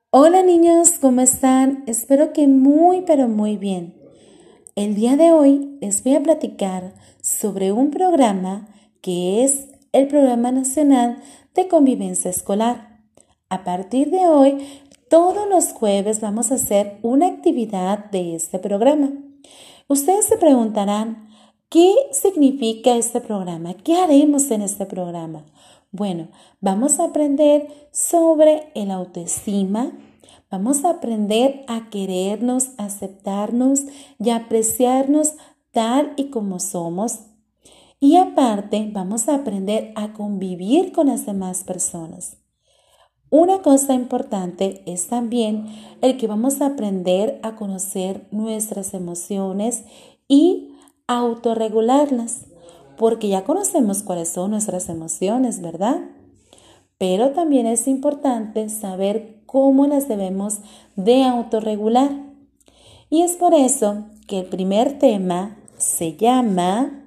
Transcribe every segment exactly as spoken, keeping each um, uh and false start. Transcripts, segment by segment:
Hola niños, ¿cómo están? Espero que muy pero muy bien. El día de hoy les voy a platicar sobre un programa que es el Programa Nacional de Convivencia Escolar. A partir de hoy, todos los jueves vamos a hacer una actividad de este programa. Ustedes se preguntarán, ¿qué significa este programa? ¿Qué haremos en este programa? Bueno, vamos a aprender sobre el autoestima, vamos a aprender a querernos, aceptarnos y apreciarnos tal y como somos. Y aparte, vamos a aprender a convivir con las demás personas. Una cosa importante es también el que vamos a aprender a conocer nuestras emociones y autorregularlas, porque ya conocemos cuáles son nuestras emociones, ¿verdad? Pero también es importante saber cómo las debemos de autorregular. Y es por eso que el primer tema se llama,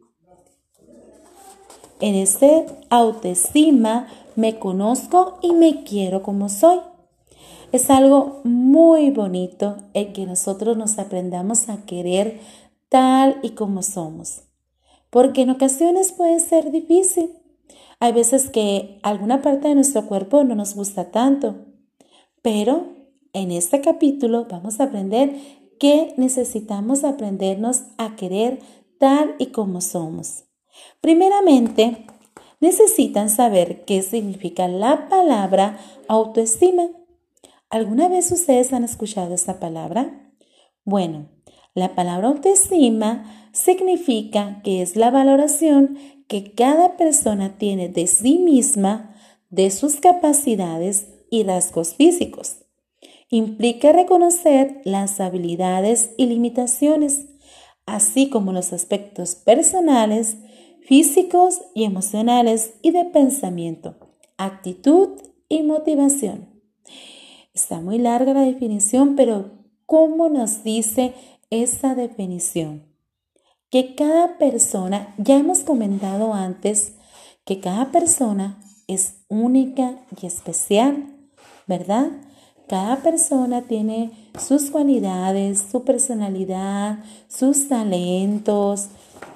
en este autoestima, me conozco y me quiero como soy. Es algo muy bonito el que nosotros nos aprendamos a querer tal y como somos, porque en ocasiones puede ser difícil. Hay veces que alguna parte de nuestro cuerpo no nos gusta tanto, pero en este capítulo vamos a aprender que necesitamos aprendernos a querer tal y como somos. Primeramente, necesitan saber qué significa la palabra autoestima. ¿Alguna vez ustedes han escuchado esta palabra? Bueno, la palabra autoestima significa que es la valoración que cada persona tiene de sí misma, de sus capacidades y rasgos físicos. Implica reconocer las habilidades y limitaciones, así como los aspectos personales, físicos y emocionales y de pensamiento, actitud y motivación. Está muy larga la definición, pero ¿cómo nos dice esa definición? Que cada persona, ya hemos comentado antes, que cada persona es única y especial, ¿verdad? Cada persona tiene sus cualidades, su personalidad, sus talentos,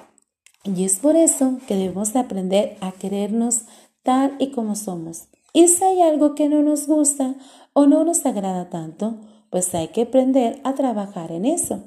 y es por eso que debemos de aprender a querernos tal y como somos. Y si hay algo que no nos gusta o no nos agrada tanto, pues hay que aprender a trabajar en eso.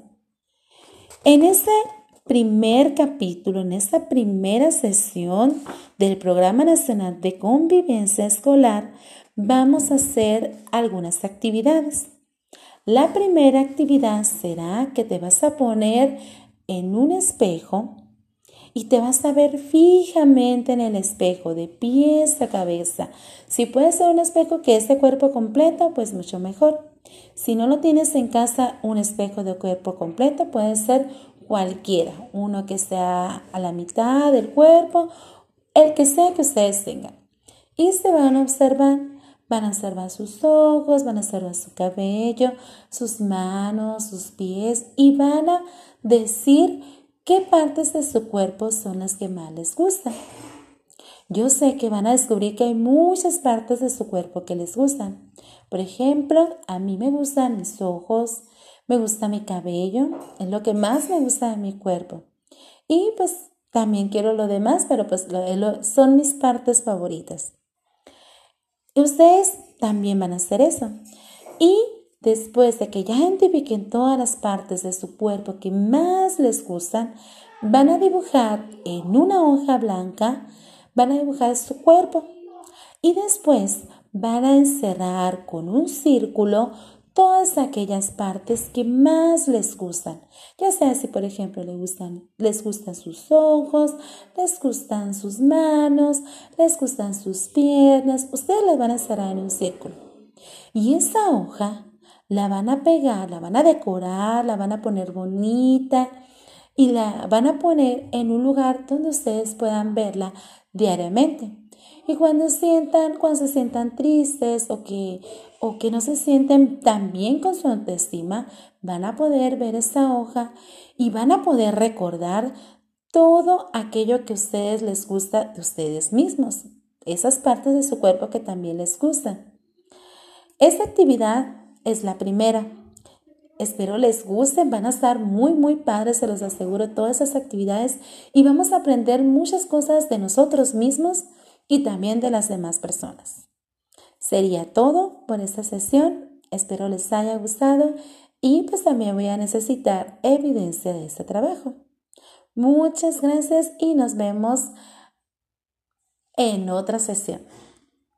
En este primer capítulo, en esta primera sesión del Programa Nacional de Convivencia Escolar, vamos a hacer algunas actividades. La primera actividad será que te vas a poner en un espejo y te vas a ver fijamente en el espejo, de pies a cabeza. Si puede ser un espejo que es de cuerpo completo, pues mucho mejor. Si no lo tienes en casa, un espejo de cuerpo completo puede ser cualquiera, uno que sea a la mitad del cuerpo, el que sea que ustedes tengan. Y se van a observar, van a observar sus ojos, van a observar su cabello, sus manos, sus pies y van a decir qué partes de su cuerpo son las que más les gustan. Yo sé que van a descubrir que hay muchas partes de su cuerpo que les gustan. Por ejemplo, a mí me gustan mis ojos, me gusta mi cabello, es lo que más me gusta de mi cuerpo. Y pues también quiero lo demás, pero pues lo, lo, son mis partes favoritas. Y ustedes también van a hacer eso. Y después de que ya identifiquen todas las partes de su cuerpo que más les gustan, van a dibujar en una hoja blanca, van a dibujar su cuerpo y después van a encerrar con un círculo todas aquellas partes que más les gustan. Ya sea si, por ejemplo, les gustan, les gustan sus ojos, les gustan sus manos, les gustan sus piernas, ustedes las van a encerrar en un círculo. Y esa hoja la van a pegar, la van a decorar, la van a poner bonita y la van a poner en un lugar donde ustedes puedan verla diariamente. Y cuando sientan, cuando se sientan tristes o que, o que no se sienten tan bien con su autoestima, van a poder ver esa hoja y van a poder recordar todo aquello que a ustedes les gusta de ustedes mismos, esas partes de su cuerpo que también les gustan. Esta actividad es la primera. Espero les gusten, van a estar muy, muy padres, se los aseguro, todas esas actividades y vamos a aprender muchas cosas de nosotros mismos y también de las demás personas. Sería todo por esta sesión, espero les haya gustado y pues también voy a necesitar evidencia de este trabajo. Muchas gracias y nos vemos en otra sesión.